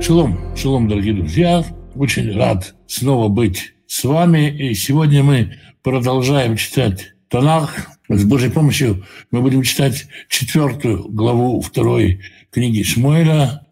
Шалом, шалом, дорогие друзья. Очень рад снова быть с вами. И сегодня мы продолжаем читать Танах. С Божьей помощью мы будем читать 4 главу 2 книги Шмуэля.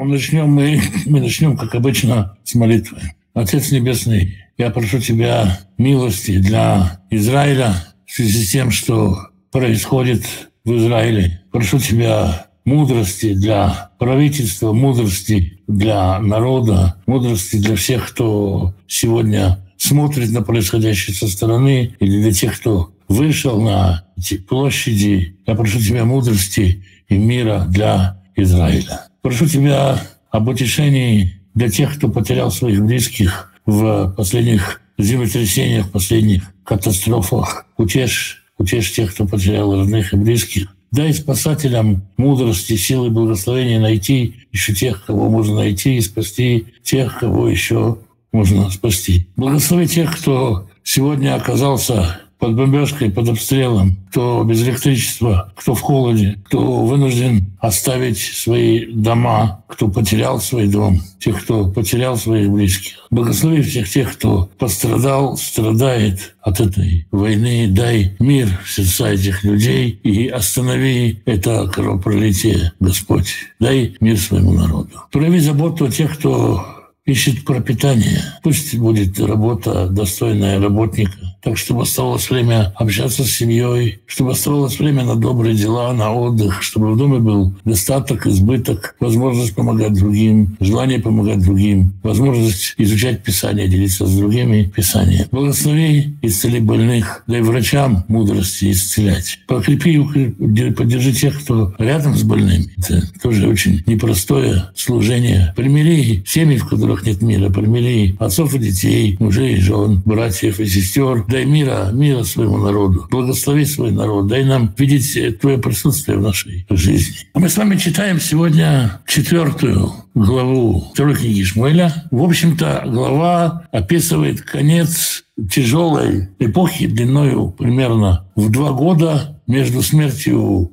Мы начнем, как обычно, с молитвы. Отец Небесный, я прошу Тебя милости для Израиля в связи с тем, что происходит в Израиле. Прошу Тебя мудрости для правительства, мудрости для народа, мудрости для всех, кто сегодня смотрит на происходящее со стороны, или для тех, кто вышел на эти площади. Я прошу Тебя мудрости и мира для Израиля. Прошу Тебя об утешении для тех, кто потерял своих близких в последних землетрясениях, последних катастрофах. Утешь тех, кто потерял родных и близких. Дай спасателям мудрости, силы, благословения найти еще тех, кого можно найти, и спасти тех, кого еще можно спасти. Благослови тех, кто сегодня оказался под бомбежкой, под обстрелом, кто без электричества, кто в холоде, кто вынужден оставить свои дома, кто потерял свой дом, тех, кто потерял своих близких. Благослови всех тех, кто пострадал, страдает от этой войны. Дай мир в сердца этих людей и останови это кровопролитие, Господь. Дай мир своему народу. Прояви заботу о тех, кто ищет пропитание. Пусть будет работа достойная работника, так, чтобы оставалось время общаться с семьей, чтобы оставалось время на добрые дела, на отдых, чтобы в доме был достаток, избыток, возможность помогать другим, желание помогать другим, возможность изучать Писание, делиться с другими Писанием. Благослови, исцели больных, дай врачам мудрости исцелять. Покрепи и поддержи тех, кто рядом с больными. Это тоже очень непростое служение. Примири семьи, в которых нет мира, примири отцов и детей, мужей и жен, братьев и сестер. Дай мира своему народу. Благослови свой народ. Дай нам видеть Твое присутствие в нашей жизни. Мы с вами читаем сегодня 4 главу 2 книги Шмуэля. В общем-то, глава описывает конец тяжелой эпохи длиною примерно в 2 года между смертью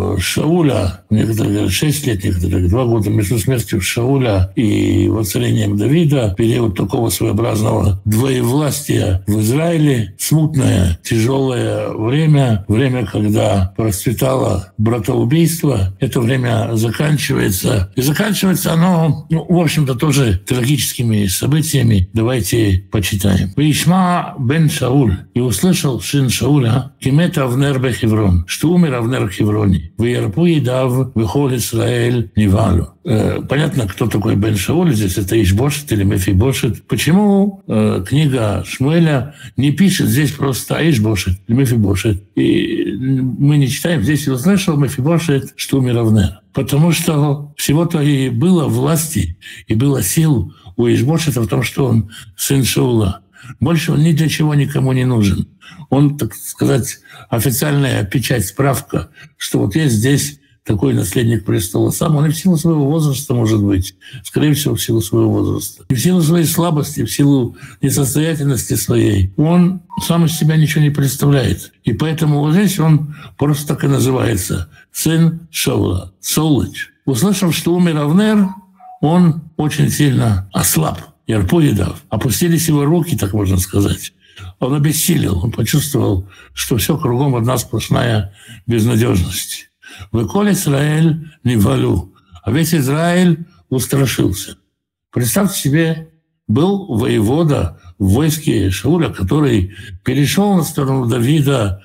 Шауля, некоторые говорят 6 лет, некоторые говорят 2 года, между смертью Шауля и воцарением Давида, период такого своеобразного двоевластия в Израиле, смутное, тяжелое время, когда процветало братоубийство. Это время заканчивается. И заканчивается оно, в общем-то, тоже трагическими событиями. Давайте почитаем. «Вишма бен Шауль, и услышал сын Шауля, кимет Авнер бе-Хеврон, что умер Авнер в Хевроне. Веярпу едав, вехол Исраэль невалу». Понятно, кто такой бен Шауль здесь, это Иш-Бошет или Мефибошет. Почему книга Шмуэля не пишет здесь просто Иш-Бошет или Мефибошет? И мы не читаем здесь, и услышал Мефибошет, что умер Авнер. Потому что всего-то и было власти, и было сил у Иш-Бошета в том, что он сын Шаула. Больше он ни для чего никому не нужен. Он, так сказать, официальная печать, справка, что вот есть здесь такой наследник престола. Сам он и в силу своего возраста, может быть, скорее всего, в силу своего возраста. И в силу своей слабости, в силу несостоятельности своей, он сам из себя ничего не представляет. И поэтому вот здесь он просто так и называется — сын Шаула, Саулыч. Услышав, что умер Авнер, он очень сильно ослаб. Ярпу едав. Опустились его руки, так можно сказать. Он обессилел, он почувствовал, что все кругом одна сплошная безнадежность. «Веколь Исраэль невалу», а весь Израиль устрашился. Представьте себе, был воевода в войске Шауля, который перешел на сторону Давида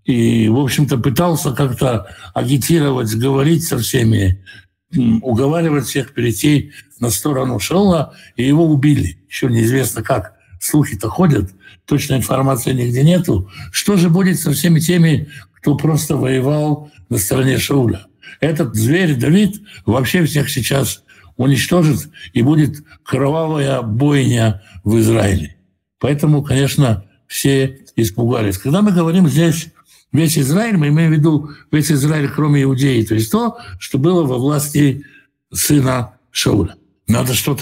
и, в общем-то, пытался как-то агитировать, говорить со всеми, уговаривать всех перейти на сторону Шаула, и его убили. Еще неизвестно как. Слухи-то ходят, точной информации нигде нету. Что же будет со всеми теми, кто просто воевал на стороне Шауля? Этот зверь Давид вообще всех сейчас уничтожит, и будет кровавая бойня в Израиле. Поэтому, конечно, все испугались. Когда мы говорим здесь весь Израиль, мы имеем в виду весь Израиль, кроме Иудеи, то есть то, что было во власти сына Шауля. Надо что-то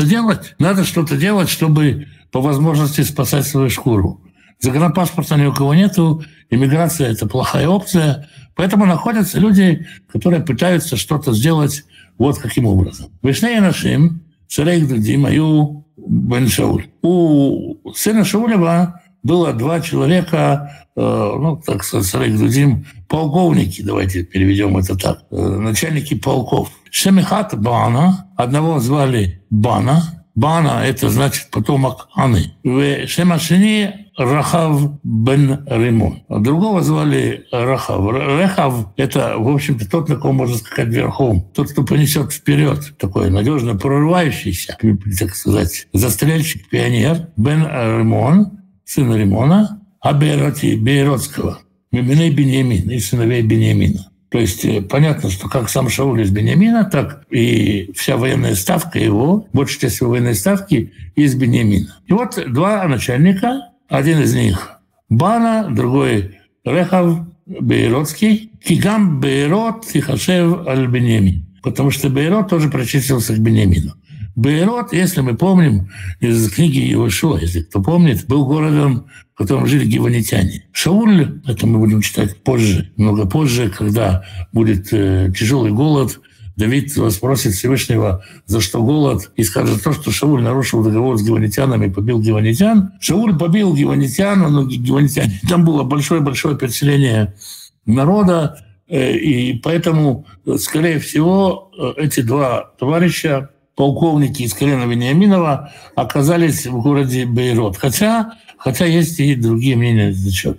делать, чтобы по возможности спасать свою шкуру. Загранпаспорта ни у кого нету, иммиграция — это плохая опция, поэтому находятся люди, которые пытаются что-то сделать вот каким образом. Вишней нашим Царей Гдудим, Аю бен Шауль. У сына Шаулева было 2 человека, так сказать, Царей Гдудим, полковники, давайте переведем это так, начальники полков. Шемихат Бана, одного звали Бана. Бана – это значит потомок Аны. Шемашини Рахав бен Римон. А другого звали Рахав. Рахав – это, в общем-то, тот, на ком можно скакать верхом. Тот, кто понесет вперед, такой надежно прорывающийся, так сказать, застрельщик, пионер. Бен Римон, сын Римона, а Бейротского. Миминей Беньямин, и сыновей Беньямина. То есть понятно, что как сам Шауль из Беньямина, так и вся военная ставка его, большая часть его военной ставки из Беньямина. И вот 2 начальника, один из них Бана, другой Рехав Бейротский, Кигам Бейрот Тихашев аль-Беньямин, потому что Бейрот тоже причислился к Беньямину. Бейрот, если мы помним из книги Иошуа, если кто помнит, был городом, в котором жили гиванитяне. Шауль, это мы будем читать позже, много позже, когда будет тяжелый голод, Давид спросит Всевышнего, за что голод, и скажет то, что Шауль нарушил договор с гиванитянами, побил гиванитян. Шауль побил гиванитян, но гиванитяне, там было большое-большое переселение народа, и поэтому, скорее всего, эти 2 товарища, полковники из колена Вениаминова, оказались в городе Бейрот. Хотя есть и другие мнения на этот счет.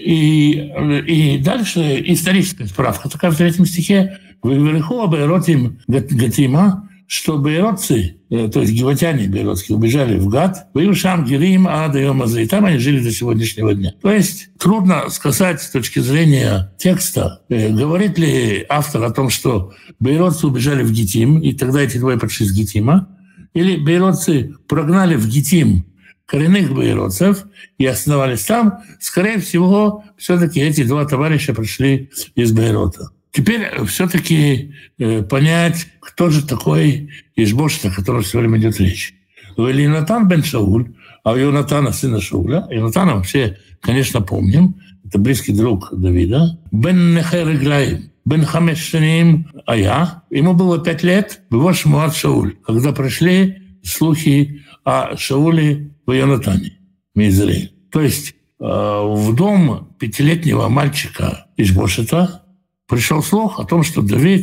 И дальше историческая справка. Такая в 3 стихе. «Вверху Бейротим Гатима», что бейротцы, то есть гиватяне бейротские, убежали в Гат, «Ваюшам Гирим Адаёмаза», и там они жили до сегодняшнего дня. То есть трудно сказать с точки зрения текста, говорит ли автор о том, что бейротцы убежали в Гитим, и тогда эти 2 пришли с Гитима, или бейротцы прогнали в Гитим коренных бейротцев и основались там. Скорее всего, все-таки эти 2 товарища пришли из Бейрота. Теперь все-таки понять, кто же такой Иш-бошет, о котором все время идет речь. Йонатан бен Шауль, а у Йонатана, сына Шауля, Йонатана все, конечно, помним, это близкий друг Давида, бен Нехер Иглаим, бен Хамеш Шаним Ая, ему было 5 лет, его Шмуат Шауль, когда пришли слухи о Шауле в Йонатане, Израиль. То есть в дом 5-летнего мальчика Иш-бошета пришел слух о том, что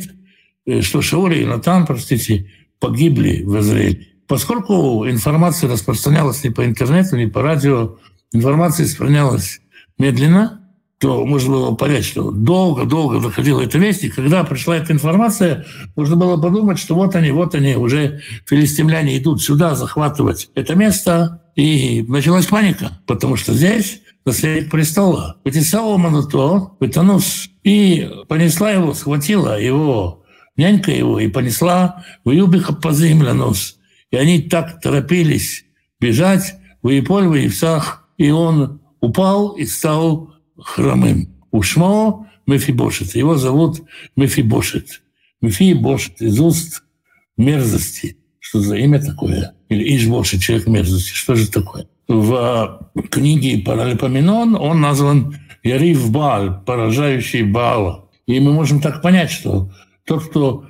Шауль и Йонатан, погибли в Израиле. Поскольку информация распространялась не по интернету, не по радио, информация распространялась медленно, то можно было понять, что долго-долго доходила эта весть, и когда пришла эта информация, можно было подумать, что вот они, уже филистимляне идут сюда захватывать это место, и началась паника, потому что здесь наследник престола. Вытесала Мануто, вытянус, и понесла его, схватила его, нянька его, и понесла в Юбиха по землянос. И они так торопились бежать в Иполь, в Евсах, и он упал и стал хромым. Ушмо Мефибошет. Его зовут Мефибошет. Мефибошет из уст мерзости. Что за имя такое? Или Иш-бошет, человек мерзости. Что же такое? В книге Паралипоменон он назван Ярив Бааль, поражающий Баала. И мы можем так понять, что тот, кто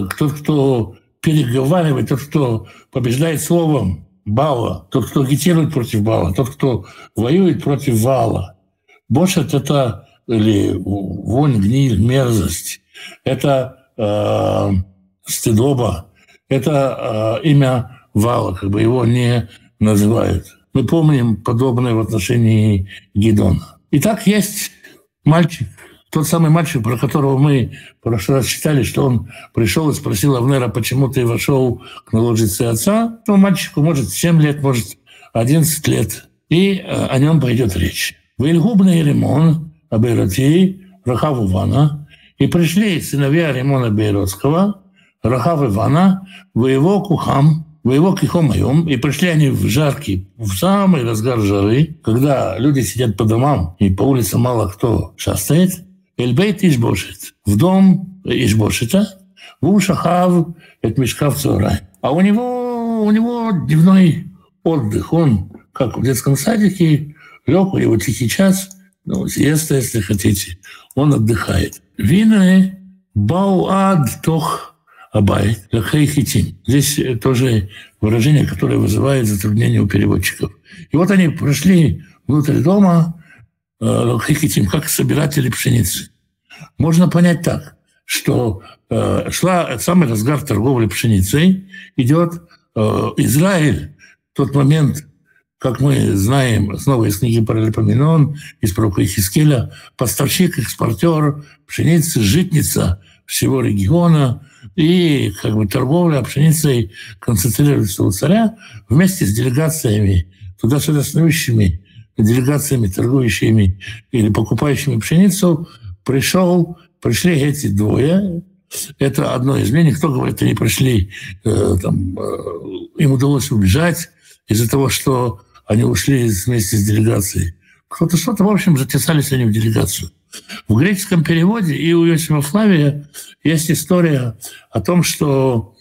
переговаривает, тот, кто побеждает словом Баала, тот, кто агитирует против Баала, тот, кто воюет против Ваала. Бошет — это или вонь, гниль, мерзость. Это стыдоба. Это имя Ваала, его не называют. Мы помним подобное в отношении Гидона. Итак, есть мальчик, тот самый мальчик, про которого мы в прошлый раз читали, что он пришел и спросил Авнера, почему ты вошел к наложнице отца. Этому мальчику может 7 лет, может 11 лет. И о нем пойдет речь. Вильгубный Римон, Абейроти, Рахав Ивана. И пришли сыновья Римона Бейротского, Рахав Ивана, в его кухам, в его кихом, и пришли они в жаркий, в самый разгар жары, когда люди сидят по домам, и по улице мало кто шастает. Эльбейт Иш-бошет, в дом Иш-бошета, в Шахав, это Мишкав Цорай. А у него дневной отдых. Он, как в детском садике, лег, у него тихий час, сиеста, если хотите, он отдыхает. Вины Бауад Тох Абай, Лахей Хитим. Здесь тоже выражение, которое вызывает затруднение у переводчиков. И вот они прошли внутрь дома, Лахей Хитим, как собиратели пшеницы. Можно понять так, что шла самый разгар торговли пшеницей, идет Израиль в тот момент, как мы знаем, снова из книги Паралипоменон, из пророка Ихискеля, поставщик, экспортер пшеницы, житница всего региона, и как бы торговля пшеницей концентрируется у царя вместе с делегациями, туда-сюда снующими, делегациями, торгующими или покупающими пшеницу, пришли эти двое. Это одно из мнений. Кто говорит, они пришли, им удалось убежать из-за того, что они ушли вместе с делегацией. Кто-то что-то, в общем, затесались они в делегацию. В греческом переводе и у Иосифа Флавия есть история о том, что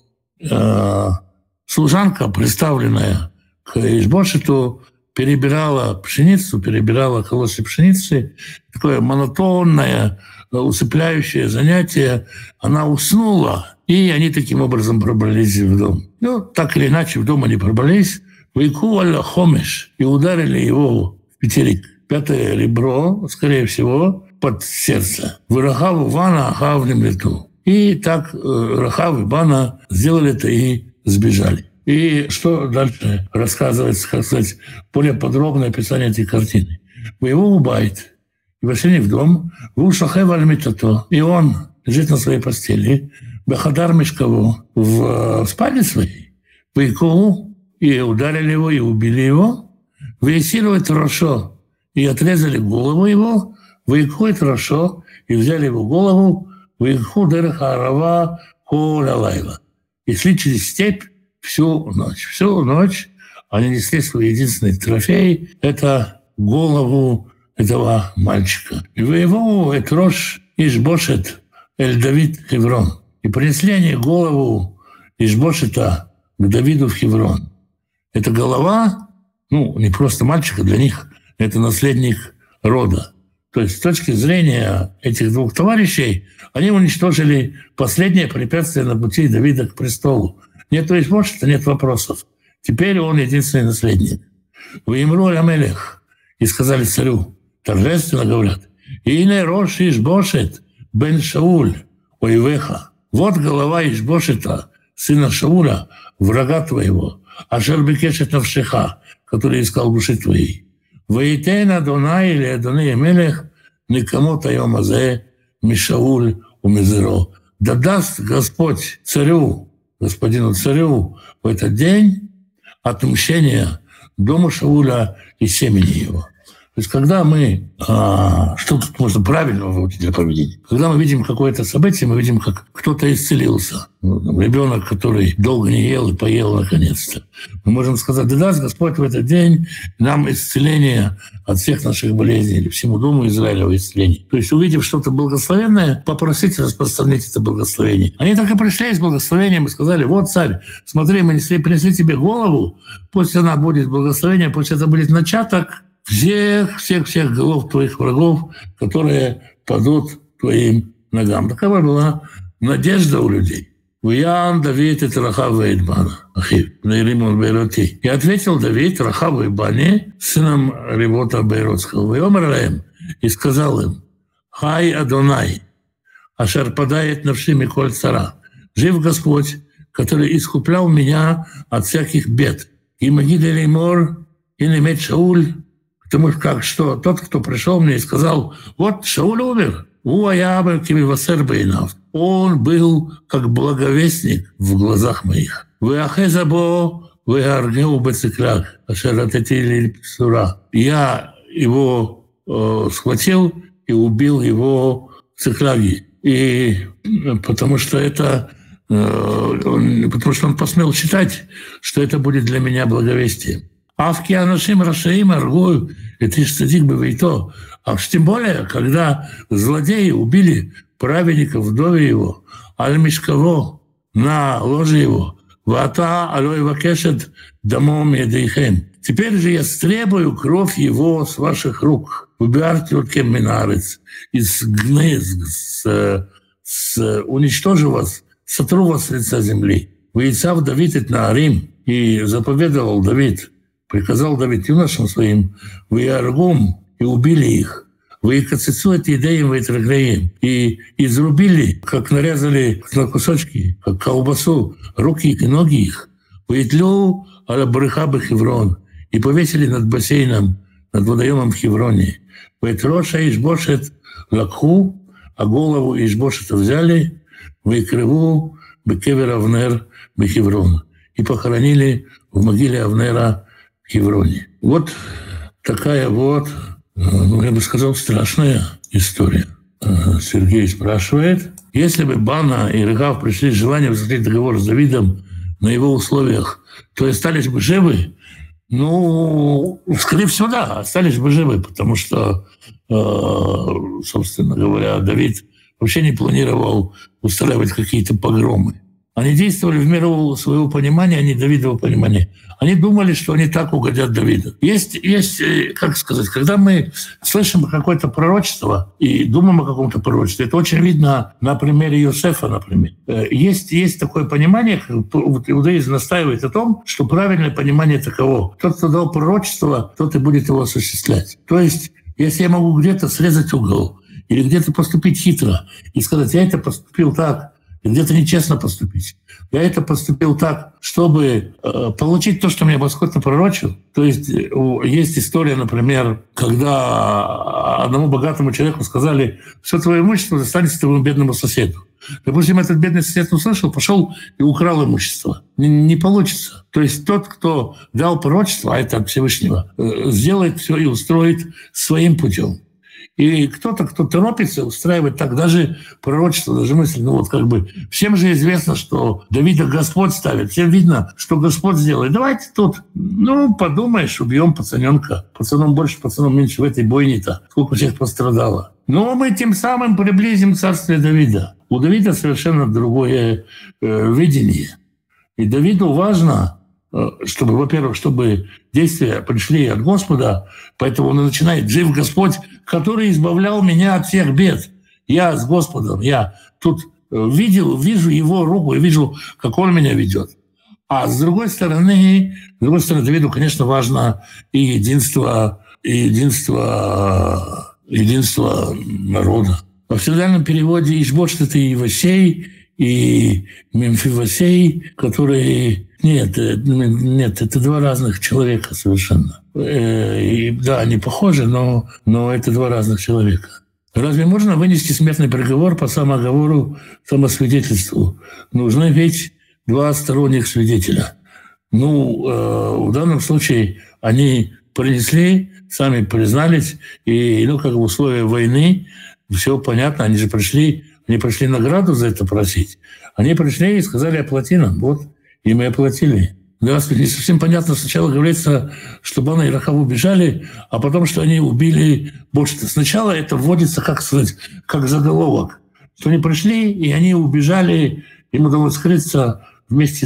служанка, представленная к Ишбошету, перебирала пшеницу, перебирала колосья пшеницы. Такое монотонное, усыпляющее занятие. Она уснула, и они таким образом пробрались в дом. Ну, так или иначе, в дом они пробрались. «Вейку аль хомеш» и ударили его в пятерик. Пятое ребро, скорее всего, под сердце. «Вырахаву вана ахавнем лету». И так Рахав и Бана сделали это и сбежали. И что дальше рассказывается, как сказать, более подробное описание этой картины. «Вы его убайт». И вошли в дом, «Ву шахев аль митато». И он лежит на своей постели, «Бехадар мешково», в спальне своей. «Вейку» и ударили его, и убили его. «Вейсирует рошо» и отрезали голову его. «Вейкует рошо» и взяли его голову. «Вейку дереха арава коля лайла». И шли через степь всю ночь. Всю ночь они несли свой единственный трофей — это голову этого мальчика. И воевал это Рош Ишбошет эль Давид Хеврон. И принесли они голову Ишбошета к Давиду в Хеврон. Эта голова, не просто мальчика, для них это наследник рода. То есть с точки зрения этих двух товарищей они уничтожили последнее препятствие на пути Давида к престолу. Нет Ишбошета, нет вопросов. Теперь он единственный наследник. «Ваимру аль-Амелех» и сказали царю, торжественно говорят, «Ине Рош Ишбошет бен Шауль оивеха». Вот голова Ишбошета, сына Шауля, врага твоего, ашер бекешет навшеха, который искал души твоей. «Ваитен Адонай или Адонай Амелех никому таем азе мишауль умизеро». Да даст Господь царю, господину царю в этот день отмщение дому Шауля и семени его. То есть когда мы, что тут можно правильного выучить для поведения? Когда мы видим какое-то событие, мы видим, как кто-то исцелился. Ребенок, который долго не ел и поел наконец-то. Мы можем сказать, да даст Господь в этот день нам исцеление от всех наших болезней, или всему дому Израилева исцеление. То есть, увидев что-то благословенное, попросите распространить это благословение. Они так и пришли с благословением и сказали, вот, царь, смотри, мы принесли тебе голову, пусть она будет благословение, пусть это будет начаток всех голов твоих врагов, которые падут твоим ногам. Такова была надежда у людей. «Виян Давид et Рахава et Бана, ахив, Римон Бейроти». И ответил Давид Рахаву и Бане, сыном Ревота Бейротского. «Вайомер лаэм», и сказал им, «Хай Адонай, ашер падает навши миколь цара». Жив Господь, который искуплял меня от всяких бед. «И магида леймор, и немет Шауль». Потому что тот, кто пришел мне и сказал, вот Шауль умер, он был как благовестник в глазах моих. Я его схватил и убил его в Циклаге. И потому что он посмел считать, что это будет для меня благовестием. Авки анашим рашаим аргую, это иш цадик бывайто. А уж тем более, когда злодеи убили праведника вдове его, аль-мишкаво, на ложе его, вата алой вакешет дамом едейхем. Теперь же я стребую кровь его с ваших рук. Выбирайте кем минарец, уничтожу вас сотру вас с лица земли. Вейцав Давид ит Наарим, и заповедовал Давид, приказал Давид юношам своим, «Веяргум», и убили их. «Веикацицу эт едеем вейтраглеем», и изрубили, как нарезали на кусочки, как колбасу, руки и ноги их. «Вейтлю аля брыха Хеврон», и повесили над бассейном, над водоемом в Хевроне. «Вейтроша Ишбошет лакху», а голову Ишбошета взяли, «Вейкрыву бекевер Авнер бехеврон», и похоронили в могиле Авнера в Хевроне. Вот такая вот, я бы сказал, страшная история. Сергей спрашивает, если бы Бана и Рехав пришли с желанием заключить договор с Давидом на его условиях, то остались бы живы? Ну, скорее всего, да, остались бы живы, потому что, собственно говоря, Давид вообще не планировал устраивать какие-то погромы. Они действовали в меру своего понимания, а не Давидова понимания. Они думали, что они так угодят Давиду. Есть, как сказать, когда мы слышим какое-то пророчество и думаем о каком-то пророчестве, это очень видно на примере Иосифа, например. Есть такое понимание, иудаизм настаивает о том, что правильное понимание таково. Тот, кто дал пророчество, тот и будет его осуществлять. То есть, если я могу где-то срезать угол или где-то поступить хитро и сказать, я это поступил так, и где-то нечестно поступить. Я это поступил так, чтобы получить то, что мне Господь напророчил. То есть есть история, например, когда одному богатому человеку сказали, все твое имущество достанется твоему бедному соседу. Допустим, этот бедный сосед услышал, пошел и украл имущество. Не получится. То есть тот, кто дал пророчество, а это от Всевышнего, сделает все и устроит своим путем. И кто-то, кто торопится устраивать так даже пророчество, даже мысль. Ну вот как бы всем же известно, что Давида Господь ставит. Всем видно, что Господь сделает. Давайте тут, подумаешь, убьем пацаненка. Пацаном больше, пацаном меньше в этой бойне-то. Сколько всех пострадало. Но мы тем самым приблизим царствие Давида. У Давида совершенно другое видение. И Давиду важно, чтобы, во-первых, чтобы действия пришли от Господа, поэтому он начинает: «Жив Господь, который избавлял меня от всех бед. Я с Господом, я тут вижу Его руку, и вижу, как Он меня ведет». А с другой стороны, Давиду, конечно, важно и единство народа. Во всегдальном переводе Ишбошет — это и Ивасей, и Мемфивосей, которые... Нет, это два разных человека совершенно. Да, они похожи, но это два разных человека. Разве можно вынести смертный приговор по самооговору, самосвидетельству? Нужны ведь два сторонних свидетеля. В данном случае они принесли, сами признались, и, как в условия войны, все понятно, они пришли награду за это просить. Они пришли и сказали: оплати нам. Вот, и мы оплатили. Здравствуйте. Не совсем понятно. Сначала говорится, что Бана и Рахав убежали, а потом, что они убили больше. Сначала это вводится, как заголовок. Что они пришли, и они убежали, им удалось скрыться вместе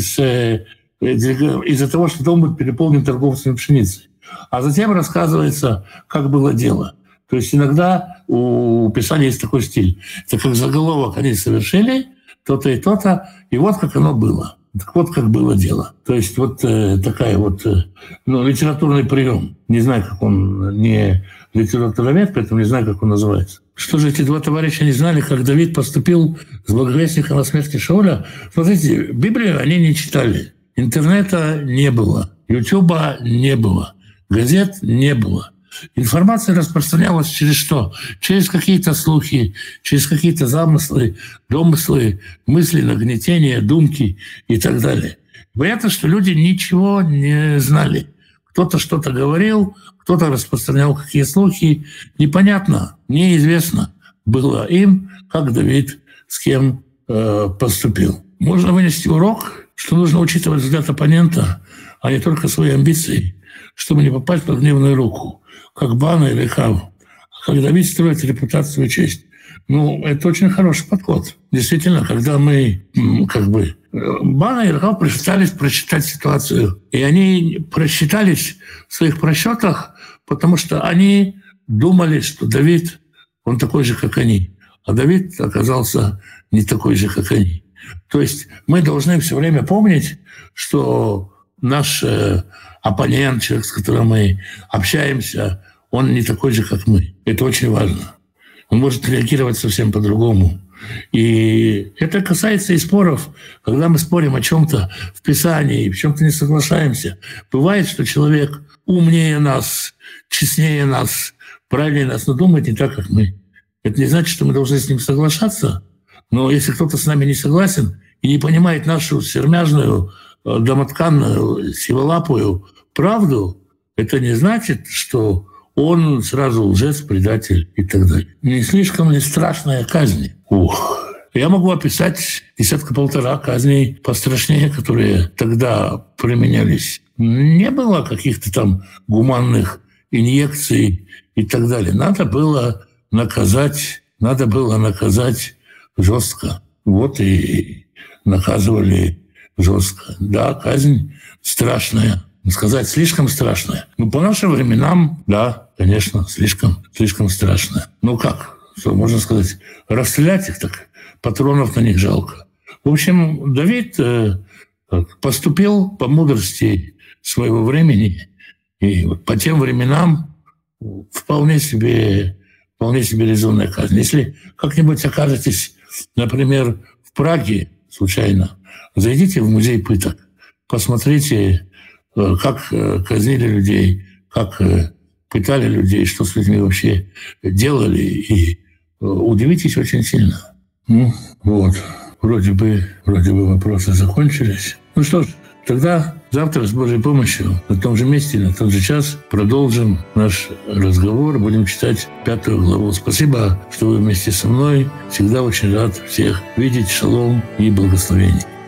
из-за того, что дом был переполнен торговцами пшеницей. А затем рассказывается, как было дело. То есть иногда у Писания есть такой стиль. Это как заголовок: они совершили то-то и то-то, и вот как оно было. Так вот, как было дело. То есть вот такая вот литературный прием. Не знаю, как он, не литературовед, поэтому не знаю, как он называется. Что же эти два товарища не знали, как Давид поступил с благовестником о смерти Шауля? Смотрите, Библию они не читали. Интернета не было. Ютуба не было. Газет не было. Информация распространялась через что? Через какие-то слухи, через какие-то замыслы, домыслы, мысли, нагнетения, думки и так далее. Понятно, что люди ничего не знали. Кто-то что-то говорил, кто-то распространял какие слухи. Непонятно, неизвестно было им, как Давид с кем поступил. Можно вынести урок, что нужно учитывать взгляд оппонента, а не только свои амбиции, чтобы не попасть под гневную руку, как Бана или Рехав. Как Давид строит репутацию и честь. Это очень хороший подход. Действительно, когда мы Бана и Рехав пытались просчитать ситуацию, и они просчитались в своих просчетах, потому что они думали, что Давид, он такой же, как они. А Давид оказался не такой же, как они. То есть мы должны все время помнить, что наш оппонент, человек, с которым мы общаемся, он не такой же, как мы. Это очень важно. Он может реагировать совсем по-другому. И это касается и споров. Когда мы спорим о чем-то в Писании, в чем-то не соглашаемся, бывает, что человек умнее нас, честнее нас, правильнее нас, но думает не так, как мы. Это не значит, что мы должны с ним соглашаться, но если кто-то с нами не согласен и не понимает нашу сермяжную, домотканную, сиволапую правду, это не значит, что он сразу лжец, предатель и так далее. Не слишком ли страшная казнь? Ух. Я могу описать 10-1.5 казней пострашнее, которые тогда применялись. Не было каких-то там гуманных инъекций и так далее. Надо было наказать жестко. Вот и наказывали жестко. Да, казнь страшная. Сказать, слишком страшная. Ну, по нашим временам, да, конечно, слишком страшная. Ну как? Что можно сказать? Расстрелять их, так патронов на них жалко. В общем, Давид поступил по мудрости своего времени. И по тем временам вполне себе резонная казнь. Если как-нибудь окажетесь, например, в Праге случайно, зайдите в музей пыток, посмотрите, как казнили людей, как пытали людей, что с людьми вообще делали, и удивитесь очень сильно. Ну, вот, вроде бы вопросы закончились. Ну что ж, тогда завтра с Божьей помощью на том же месте, на тот же час продолжим наш разговор. Будем читать 5 главу. Спасибо, что вы вместе со мной. Всегда очень рад всех видеть. Шалом и благословений.